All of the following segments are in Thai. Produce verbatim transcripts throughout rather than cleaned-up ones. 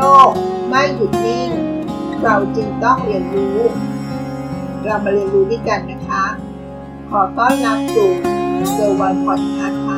กไม่หยุดนิ่งเราจึงต้องเรียนรู้เรามาเรียนรู้ด้วยกันนะคะขอต้อนรับสู่เซอร์วันพอดคาสต์ค่ะ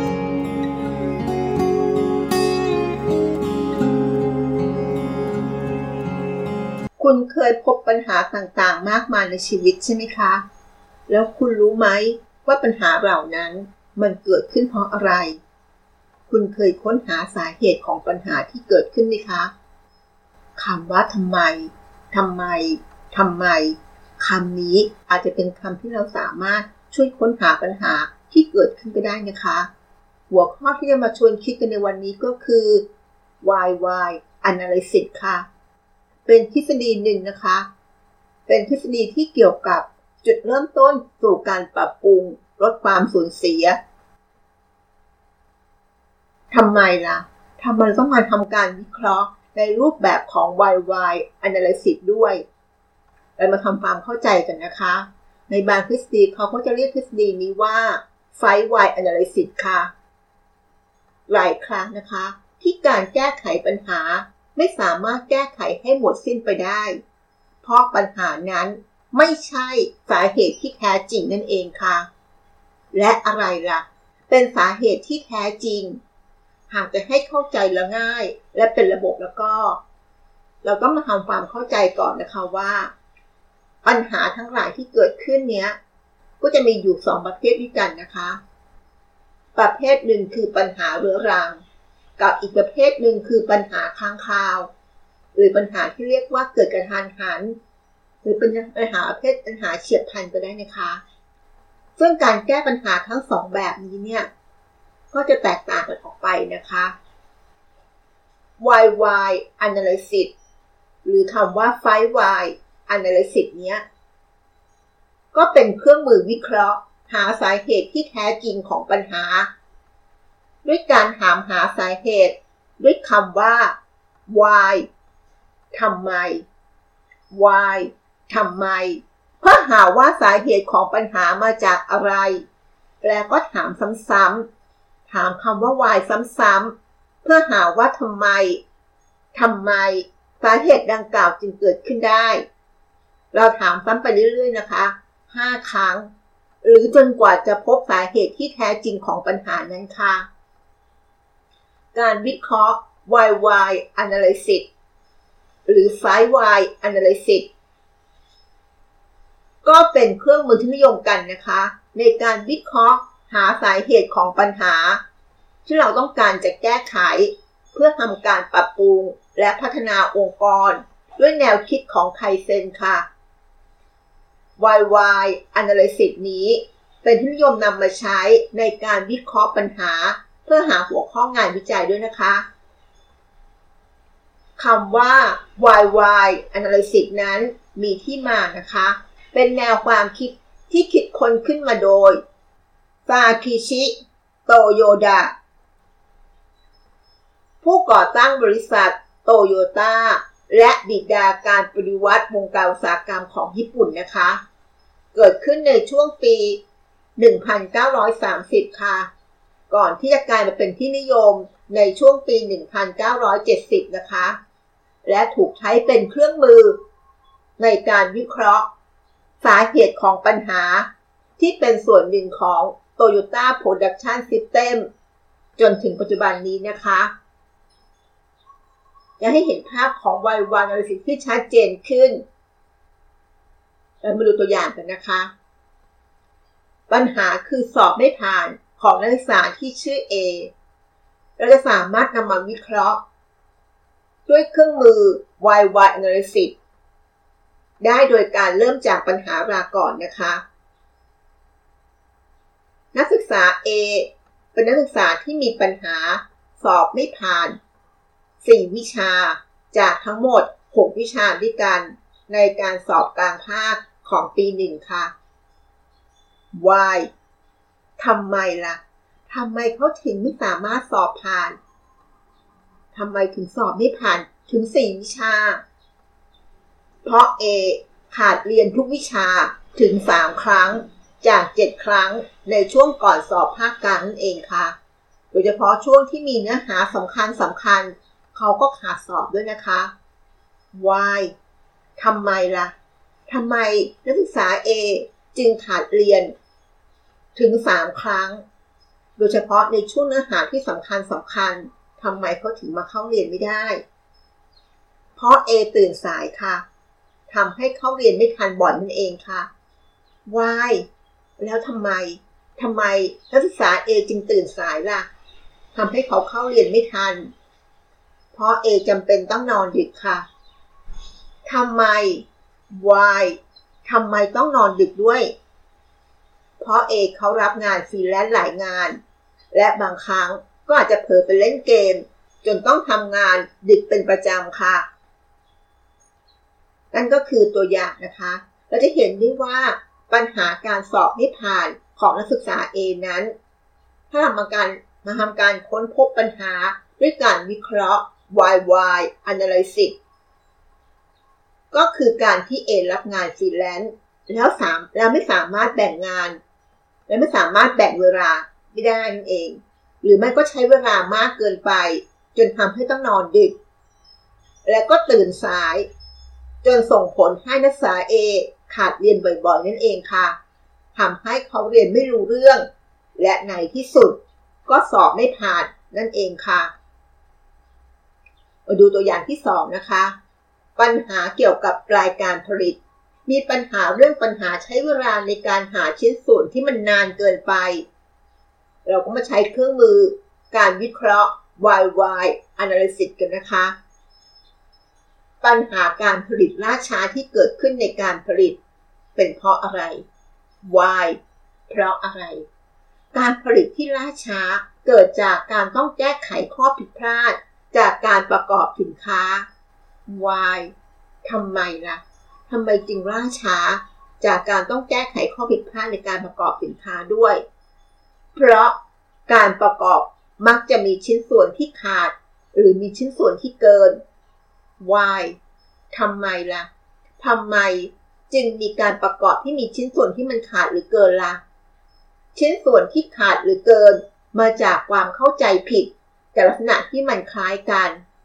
คุณเคยพบปัญหาต่างๆมากมายในชีวิตใช่ไหมคะแล้วคุณรู้ไหมว่าปัญหาเหล่านั้นมันเกิดขึ้นเพราะอะไรคุณเคยค้นหาสาเหตุของปัญหาที่เกิดขึ้นไหมคะคำว่าทำไมทำไมทำไมคำนี้อาจจะเป็นคำที่เราสามารถช่วยค้นหาปัญหาที่เกิดขึ้นไปได้นะคะหัวข้อที่จะมาชวนคิดกันในวันนี้ก็คือ why why analysis ค่ะเป็นทฤษฎีหนึ่งนะคะเป็นทฤษฎีที่เกี่ยวกับจุดเริ่มต้นสู่การปรับปรุงลดความสูญเสียทำไมล่ะทำไมต้องมาทำการวิเคราะห์ในรูปแบบของ why why analysis ด้วยเรามาทำความเข้าใจกันนะคะในบางทฤษฎีเขาก็จะเรียกทฤษฎีนี้ว่า five why analysis ค่ะหลายครั้งนะคะที่การแก้ไขปัญหาไม่สามารถแก้ไขให้หมดสิ้นไปได้เพราะปัญหานั้นไม่ใช่สาเหตุที่แท้จริงนั่นเองค่ะและอะไรล่ะเป็นสาเหตุที่แท้จริงหากจะให้เข้าใจและง่ายและเป็นระบบแล้วก็เราต้องมาทำความเข้าใจก่อนนะคะว่าปัญหาทั้งหลายที่เกิดขึ้นเนี้ยก็จะมีอยู่สองประเภทด้วยกันนะคะประเภทหนึ่งคือปัญหาเรื้อรังกับอีกประเภทหนึ่งคือปัญหาค้างคาวหรือปัญหาที่เรียกว่าเกิดกระทันหันหรือเป็นปัญหาประเภทปัญหาเฉียบพลันก็ได้นะคะซึ่งการแก้ปัญหาทั้งสองแบบนี้เนี่ยก็จะแตกต่างกันออกไปนะคะ why why analysis หรือคำว่า five why analysis เนี้ยก็เป็นเครื่องมือวิเคราะห์หาสาเหตุที่แท้จริงของปัญหาด้วยการถามหาสาเหตุด้วยคำว่า why ทำไม why ทำไมเพื่อหาว่าสาเหตุของปัญหามาจากอะไรแล้วก็ถามซ้ำๆถามคำว่า why ซ้ำๆเพื่อหาว่าทำไมทำไมสาเหตุดังกล่าวจึงเกิดขึ้นได้เราถามซ้ำไปเรื่อยๆนะคะห้าครั้งหรือจนกว่าจะพบสาเหตุที่แท้จริงของปัญหานั้นค่ะการวิเคราะห์ why why analysis หรือ five why analysis ก็เป็นเครื่องมือที่นิยมกันนะคะในการวิเคราะห์หาสาเหตุของปัญหาที่เราต้องการจะแก้ไขเพื่อทำการปรับปรุงและพัฒนาองค์กรด้วยแนวคิดของไคเซ็นค่ะ why why analysis นี้เป็นที่นิยมนำมาใช้ในการวิเคราะห์ปัญหาเพื่อหาหัวข้องานวิจัยด้วยนะคะคำว่า why why analysis นั้นมีที่มานะคะเป็นแนวความคิดที่คิดค้นขึ้นมาโดยซากิชิ โตโยดะผู้ก่อตั้งบริษัทโตโยต้าและบิดาการปฏิวัติวงการอุตสาหกรรมของญี่ปุ่นนะคะเกิดขึ้นในช่วงปีหนึ่งพันเก้าร้อยสามสิบค่ะก่อนที่จะกลายมาเป็นที่นิยมในช่วงปีหนึ่งพันเก้าร้อยเจ็ดสิบนะคะและถูกใช้เป็นเครื่องมือในการวิเคราะห์สาเหตุของปัญหาที่เป็นส่วนหนึ่งของ Toyota Production System จนถึงปัจจุบันนี้นะคะจะให้เห็นภาพของ why why analysis ที่ชัดเจนขึ้นเรามาดูตัวอย่างกันนะคะปัญหาคือสอบไม่ผ่านของนักศึกษาที่ชื่อ A เราจะสามารถนำมาวิเคราะห์ด้วยเครื่องมือ why why analysis ได้โดยการเริ่มจากปัญหาราก่อนนะคะนักศึกษา A เป็นนักศึกษาที่มีปัญหาสอบไม่ผ่านสี่วิชาจากทั้งหมดหกวิชาด้วยกันในการสอบกลางภาคของปีหนึ่งค่ะ Why ทำไมล่ะทำไมเขาถึงไม่สามารถสอบผ่านทำไมถึงสอบไม่ผ่านถึงสี่วิชาเพราะ A ขาดเรียนทุกวิชาถึงสามครั้งจากเจ็ดครั้งในช่วงก่อนสอบภาคกลางนั่นเองค่ะโดยเฉพาะช่วงที่มีเนื้อหาสำคัญสำคัญเขาก็ขาดสอบด้วยนะคะ Why ทำไมล่ะทำไมนักศึกษา A จึงขาดเรียนถึงสามครั้งโดยเฉพาะในช่วงเนื้อหาที่สำคัญสำคัญทำไมเขาถึงมาเข้าเรียนไม่ได้เพราะ A ตื่นสายค่ะทำให้เข้าเรียนไม่ทันบ่อยนั่นเองค่ะ Why แล้วทำไมทำไมนักศึกษา A จึงตื่นสายล่ะทำให้เขาเข้าเรียนไม่ทันเพราะ A จำเป็นต้องนอนดึกค่ะทำไม Why ทำไมต้องนอนดึกด้วยเพราะ A เขารับงานฟรีแลนซ์หลายงานและบางครั้งก็อาจจะเผลอไปเล่นเกมจนต้องทำงานดึกเป็นประจำค่ะนั่นก็คือตัวอย่างนะคะเราจะเห็นได้ว่าปัญหาการสอบไม่ผ่านของนักศึกษา A นั้นถ้าทำการมาทำการค้นพบปัญหาด้วยการวิเคราะห์ วาย วาย Analysis ก็คือการที่ A รับงานฟรีแลนซ์แล้วสามแล้วไม่สามารถแบ่งงานและไม่สามารถแบ่งเวลาไม่ได้นั่นเองหรือไม่ก็ใช้เวลามากเกินไปจนทำให้ต้องนอนดึกและก็ตื่นสายจนส่งผลให้นักศึกษา A ขาดเรียนบ่อยๆนั่นเองค่ะทำให้เขาเรียนไม่รู้เรื่องและในที่สุดก็สอบไม่ผ่านนั่นเองค่ะมาดูตัวอย่างที่สองนะคะปัญหาเกี่ยวกับรายการผลิตมีปัญหาเรื่องปัญหาใช้เวลาในการหาชิ้นส่วนที่มันนานเกินไปเราก็มาใช้เครื่องมือการวิเคราะห์ วาย วาย Analysis กันนะคะปัญหาการผลิตล่าช้าที่เกิดขึ้นในการผลิตเป็นเพราะอะไร Why เพราะอะไรการผลิตที่ล่าช้าเกิดจากการต้องแก้ไขข้อผิดพลาดจากการประกอบสินค้า Why ทำไมล่ะทำไมจึงล่าช้าจากการต้องแก้ไขข้อผิดพลาดในการประกอบสินค้าด้วยเพราะการประกอบมักจะมีชิ้นส่วนที่ขาดหรือมีชิ้นส่วนที่เกิน Why ทำไมล่ะทำไมจึงมีการประกอบที่มีชิ้นส่วนที่มันขาดหรือเกินล่ะชิ้นส่วนที่ขาดหรือเกินมาจากความเข้าใจผิดแต่ลักษณะที่มันคล้ายกัน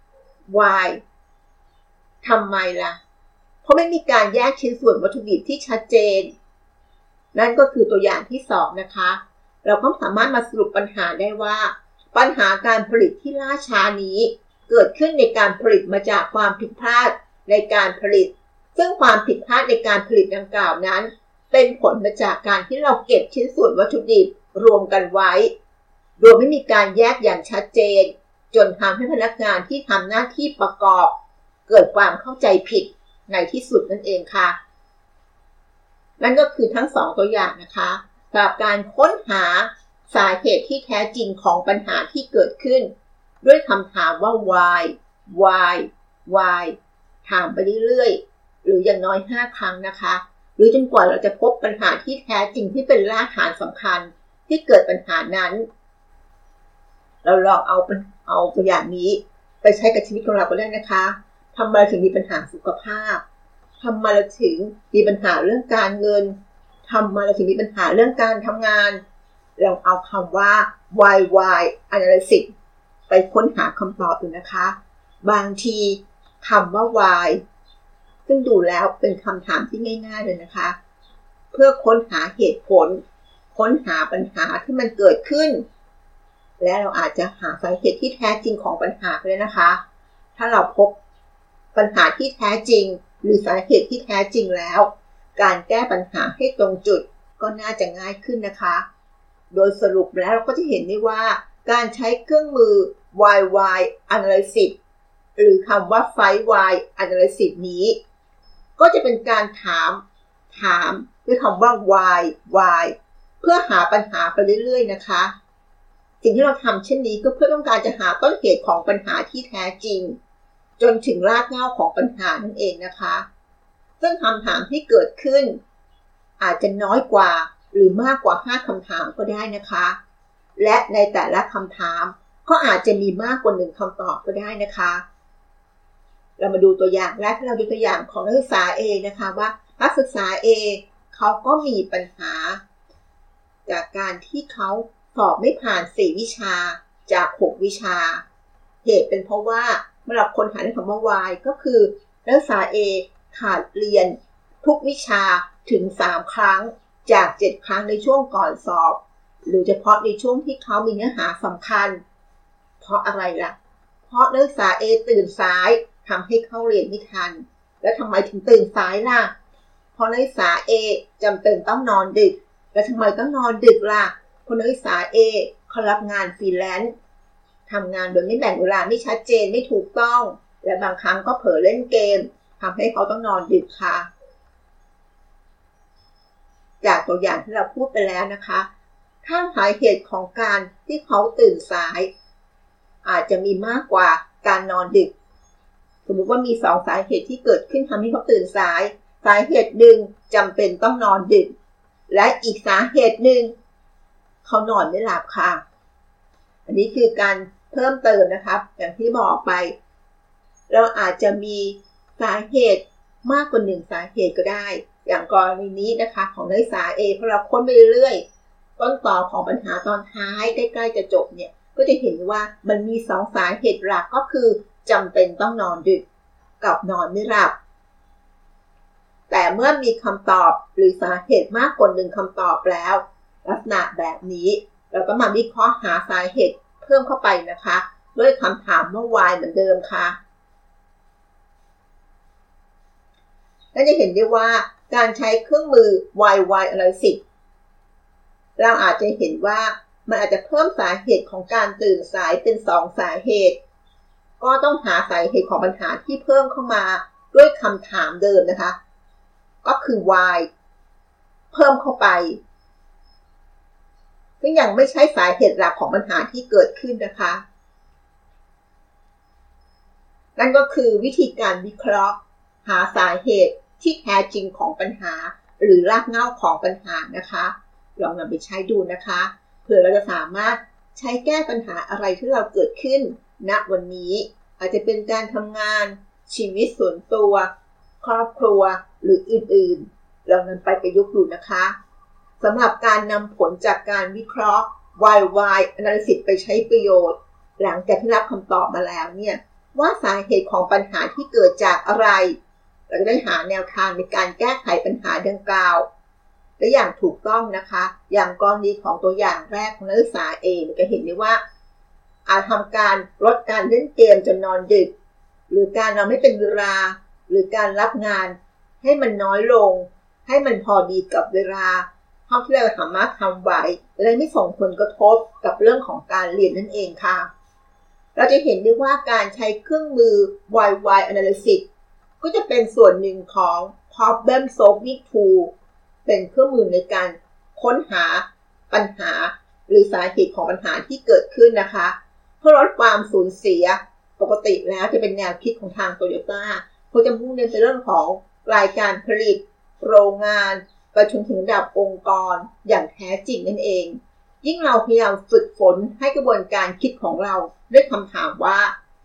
Why ทำไมล่ะเพราะไม่มีการแยกชิ้นส่วนวัตถุดิบที่ชัดเจนนั่นก็คือตัวอย่างที่สองนะคะเราก็สามารถมาสรุปปัญหาได้ว่าปัญหาการผลิตที่ล่าช้านี้เกิดขึ้นในการผลิตมาจากความผิดพลาดในการผลิตซึ่งความผิดพลาดในการผลิตดังกล่าวนั้นเป็นผลมาจากการที่เราเก็บชิ้นส่วนวัตถุดิบรวมกันไว้โดยไม่มีการแยกอย่างชัดเจนจนทำให้พนักงานที่ทำหน้าที่ประกอบเกิดความเข้าใจผิดในที่สุดนั่นเองค่ะนั่นก็คือทั้งสองตัวอย่างนะคะสำหรับการค้นหาสาเหตุที่แท้จริงของปัญหาที่เกิดขึ้นด้วยคำถามว่า why why why ถามไปเรื่อยๆหรืออย่างน้อยห้าครั้งนะคะหรือจนกว่าเราจะพบปัญหาที่แท้จริงที่เป็นรากฐานสำคัญที่เกิดปัญหานั้นเราลองเอาเอาตัวอย่างนี้ไปใช้กับชีวิตของเราก็ได้นะคะทำไมถึงมีปัญหาสุขภาพทำไมเราถึงมีปัญหาเรื่องการเงินทำไมเราถึงมีปัญหาเรื่องการทำงานลองเอาคำว่า why why analysis ไปค้นหาคำตอบดูนะคะบางทีคำว่า why ซึ่งดูแล้วเป็นคำถามที่ง่ายๆเลยนะคะเพื่อค้นหาเหตุผลค้นหาปัญหาที่มันเกิดขึ้นและเราอาจจะหาสาเหตุที่แท้จริงของปัญหาเลยนะคะถ้าเราพบปัญหาที่แท้จริงหรือสาเหตุที่แท้จริงแล้วการแก้ปัญหาให้ตรงจุดก็น่าจะง่ายขึ้นนะคะโดยสรุปแล้วเราก็จะเห็นได้ว่าการใช้เครื่องมือ วาย วาย Analysis หรือคำว่า ไฟว์ วาย Analysis นี้ก็จะเป็นการถามถามด้วยคำว่า why why เพื่อหาปัญหาไปเรื่อยๆนะคะสิ่งที่เราทำเช่นนี้ก็เพื่อต้องการจะหาต้นเหตุของปัญหาที่แท้จริงจนถึงรากเหง้าของปัญหานั่นเองนะคะซึ่งคำถามที่เกิดขึ้นอาจจะน้อยกว่าหรือมากกว่าห้าคำถามก็ได้นะคะและในแต่ละคำถามก็อาจจะมีมากกว่าหนึ่งคำตอบก็ได้นะคะเรามาดูตัวอย่างแรกที่เราดูตัวอย่างของนักศึกษา A นะคะว่านักศึกษา A เขาก็มีปัญหาจากการที่เขาสอบไม่ผ่านสี่วิชาจากหกวิชาเหตุเป็นเพราะว่าสำหรับคนหาในคำว่า why ก็คือนักศึกษา A ขาดเรียนทุกวิชาถึงสามครั้งจากเจ็ดครั้งในช่วงก่อนสอบหรือเฉพาะในช่วงที่เขามีเนื้อหาสำคัญเพราะอะไรล่ะเพราะนักศึกษา A ตื่นสายทำให้เข้าเรียนไม่ทันแล้วทำไมถึงตื่นสายล่ะเพราะนักศึกษา A จำเป็นต้องนอนดึกแล้วทำไมต้องนอนดึกล่ะเพราะนักศึกษา A เขารับงานฟรีแลนซ์ทำงานโดยไม่แบ่งเวลาไม่ชัดเจนไม่ถูกต้องและบางครั้งก็เผลอเล่นเกมทำให้เขาต้องนอนดึกค่ะจากตัวอย่างที่เราพูดไปแล้วนะคะถ้าสาเหตุของการที่เขาตื่นสายอาจจะมีมากกว่าการนอนดึกสมมติว่ามีสองสาเหตุที่เกิดขึ้นทำให้เขาตื่นสายสาเหตุหนึ่งจำเป็นต้องนอนดึกและอีกสาเหตุหนึ่งเขานอนไม่หลับค่ะอันนี้คือการเพิ่มเติมนะครับอย่างที่บอกไปเราอาจจะมีสาเหตุมากกว่าหนึ่งสาเหตุก็ได้อย่างกรณีนี้นะคะของนักศึกษา A พอเราค้นไปเรื่อยๆต้นตอของปัญหาตอนท้ายใกล้ๆจะจบเนี่ยก็จะเห็นว่ามันมีสองสาเหตุหลักก็คือจำเป็นต้องนอนดึกกับนอนไม่หลับแต่เมื่อมีคำตอบหรือสาเหตุมากกว่าหนึ่งคำตอบแล้วลักษณะแบบนี้เราก็มาวิเคราะห์หาสาเหตุเพิ่มเข้าไปนะคะด้วยคำถามว่า why เหมือนเดิมค่ะและจะเห็นได้ว่าการใช้เครื่องมือ why why analysis เราอาจจะเห็นว่ามันอาจจะเพิ่มสาเหตุของการตื่นสายเป็นสองสาเหตุก็ต้องหาสาเหตุของปัญหาที่เพิ่มเข้ามาด้วยคำถามเดิมนะคะก็คือ why เพิ่มเข้าไปซึ่งยังไม่ใช่สาเหตุหลักของปัญหาที่เกิดขึ้นนะคะนั่นก็คือวิธีการวิเคราะห์หาสาเหตุที่แท้จริงของปัญหาหรือรากเหง้าของปัญหานะคะลองนำไปใช้ดูนะคะเพื่อเราจะสามารถใช้แก้ปัญหาอะไรที่เราเกิดขึ้นณวันนี้อาจจะเป็นการทำงานชีวิตส่วนตัวครอบครัวหรืออื่นๆลองนำไปประยุกต์ดูนะคะสำหรับการนำผลจากการวิเคราะห์ why why analysis ไปใช้ประโยชน์หลังจากที่รับคำตอบมาแล้วเนี่ยว่าสาเหตุของปัญหาที่เกิดจากอะไรเราจะได้หาแนวทางในการแก้ไขปัญหาดังกล่าวและอย่างถูกต้องนะคะอย่างกรณีของตัวอย่างแรกของนักศึกษา A จะเห็นได้ว่าอาจทำการลดการเล่นเกมจนนอนดึกหรือการนอนไม่เป็นเวลาหรือการรับงานให้มันน้อยลงให้มันพอดีกับเวลาเท่าที่เราสามารถทำไหวและไม่ส่งผลกระทบกับเรื่องของการเรียนนั่นเองค่ะเราจะเห็นได้ว่าการใช้เครื่องมือ why why analysis ก็จะเป็นส่วนหนึ่งของ problem solving tool เป็นเครื่องมือในการค้นหาปัญหาหรือสาเหตุของปัญหาที่เกิดขึ้นนะคะเพื่อลดความสูญเสียปกติแล้วจะเป็นแนวคิดของทางโตโยต้าเขาจะมุ่งเน้นในเรื่องของรายการผลิตโรงงานไปจนถึงระดับองค์กรอย่างแท้จริงนั่นเองยิ่งเราพยายามฝึกฝนให้กระบวนการคิดของเราด้วยคำถามว่า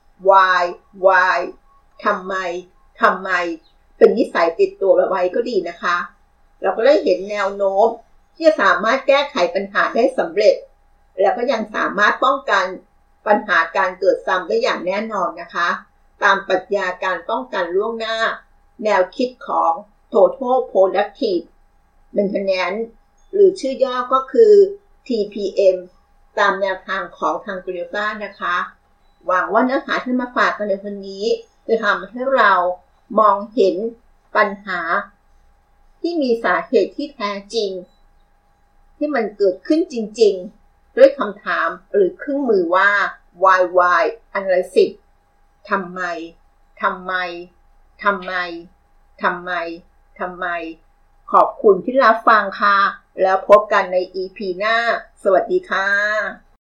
why why ทำไมทำไมเป็นนิสัยติดตัวไว้ก็ดีนะคะเราก็ได้เห็นแนวโน้มที่จะสามารถแก้ไขปัญหาได้สำเร็จแล้วก็ยังสามารถป้องกันปัญหาการเกิดซ้ำได้อย่างแน่นอนนะคะตามปรัชญาการป้องกันล่วงหน้าแนวคิดของ Total Productive Maintenance หรือชื่อย่อก็คือ ที พี เอ็ม ตามแนวทางของทาง Toyota นะคะหวังว่าเนื้อหาที่มาฝากกันในวันนี้จะทำให้เรามองเห็นปัญหาที่มีสาเหตุที่แท้จริงที่มันเกิดขึ้นจริงๆด้วยคำถามหรือเครื่องมือว่า why why analysis ทำไมทำไมทำไมทำไมทำไมขอบคุณที่รับฟังค่ะแล้วพบกันใน อี พี หน้าสวัสดีค่ะ